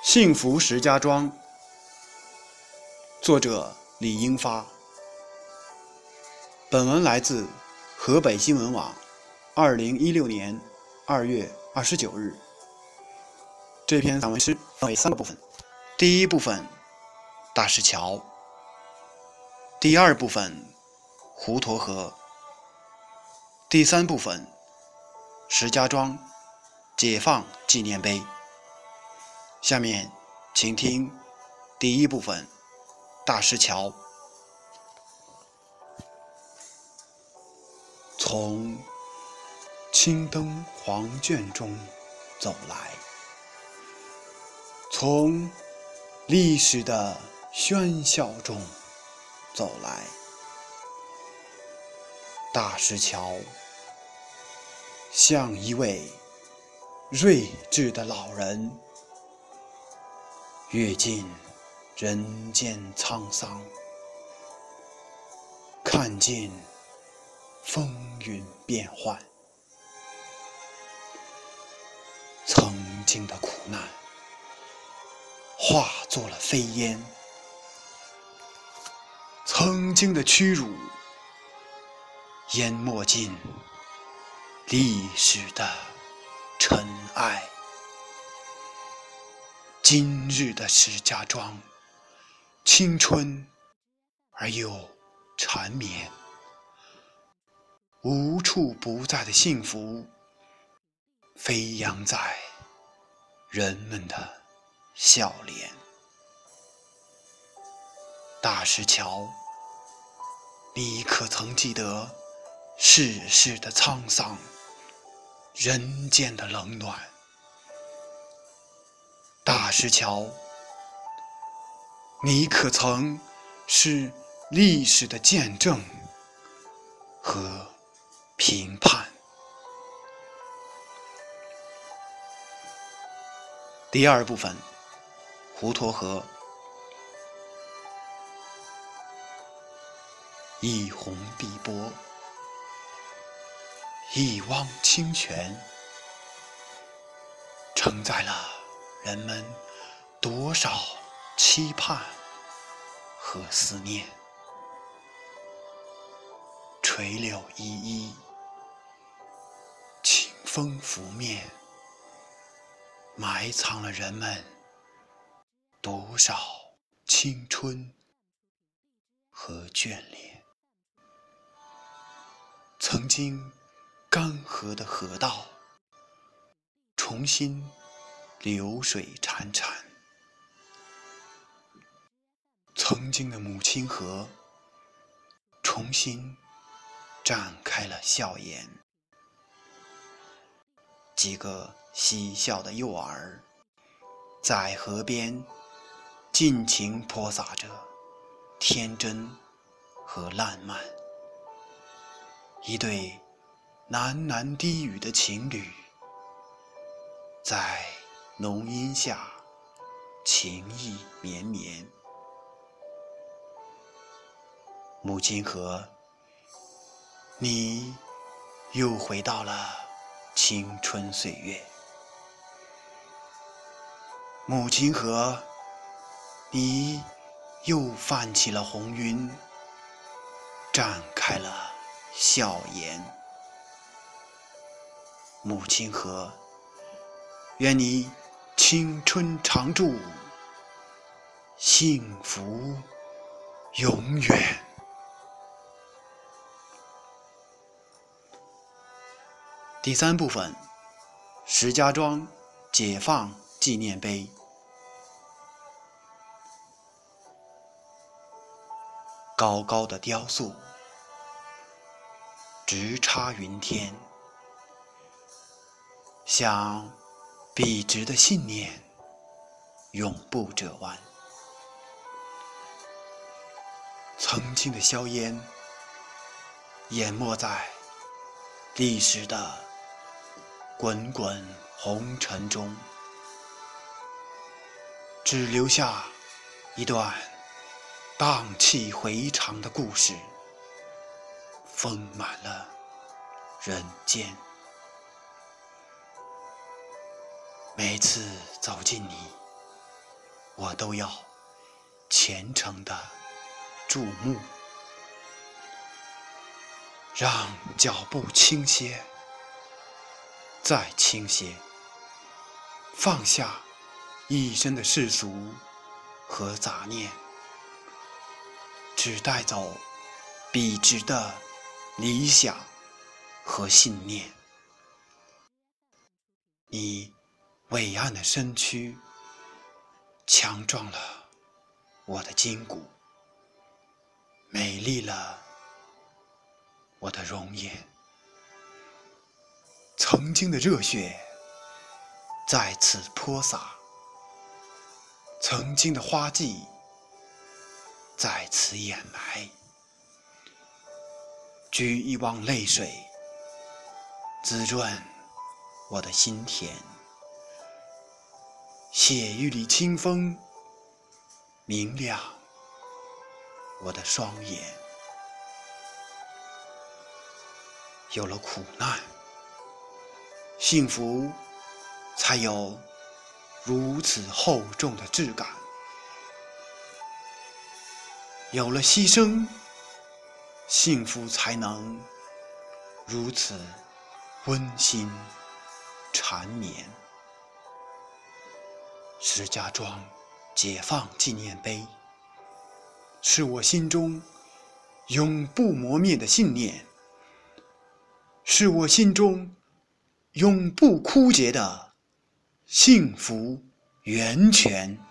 幸福石家庄，作者李英发。本文来自河北新闻网，2016年2月29日。这篇散文诗分为3个部分：第一部分大石桥，第二部分滹沱河，第三部分石家庄解放纪念碑。下面请听第一部分大石桥。从青灯黄卷中走来，从历史的喧嚣中走来，大石桥像一位睿智的老人，阅尽人间沧桑，看尽风云变幻，曾经的苦难化作了飞烟，曾经的屈辱淹没进历史的尘埃。今日的石家庄，青春而又缠绵，无处不在的幸福飞扬在人们的笑脸。大石桥，你可曾记得世事的沧桑，人间的冷暖？大石桥，你可曾是历史的见证和评判？第二部分滹沱河，一泓碧波，一汪清泉，承载了人们多少期盼和思念。垂柳依依，清风拂面，埋藏了人们多少青春和眷恋。曾经干涸的河道重新流水潺潺，曾经的母亲河重新展开了笑颜。几个嬉笑的幼儿在河边尽情泼洒着天真和烂漫。一对喃喃低语的情侣在浓荫下情意绵绵。母亲河，你又回到了青春岁月。母亲河，你又泛起了红晕，展开了笑颜。母亲河，愿你青春常驻，幸福永远。第三部分石家庄解放纪念碑。高高的雕塑直插云天，像笔直的信念永不折弯。曾经的硝烟淹没在历史的滚滚红尘中，只留下一段荡气回肠的故事，丰满了人间。每次走近你， 我都要虔诚地注目，让脚步倾斜，再倾斜，放下一身的世俗和杂念，只带走笔直的理想和信念。你伟岸的身躯强壮了我的筋骨，美丽了我的容颜。曾经的热血在此泼洒，曾经的花季在此掩埋。掬一汪泪水，滋润我的心田。写一缕清风，明亮我的双眼。有了苦难，幸福才有如此厚重的质感。有了牺牲，幸福才能如此温馨缠绵。石家庄解放纪念碑，是我心中永不磨灭的信念，是我心中永不枯竭的幸福源泉。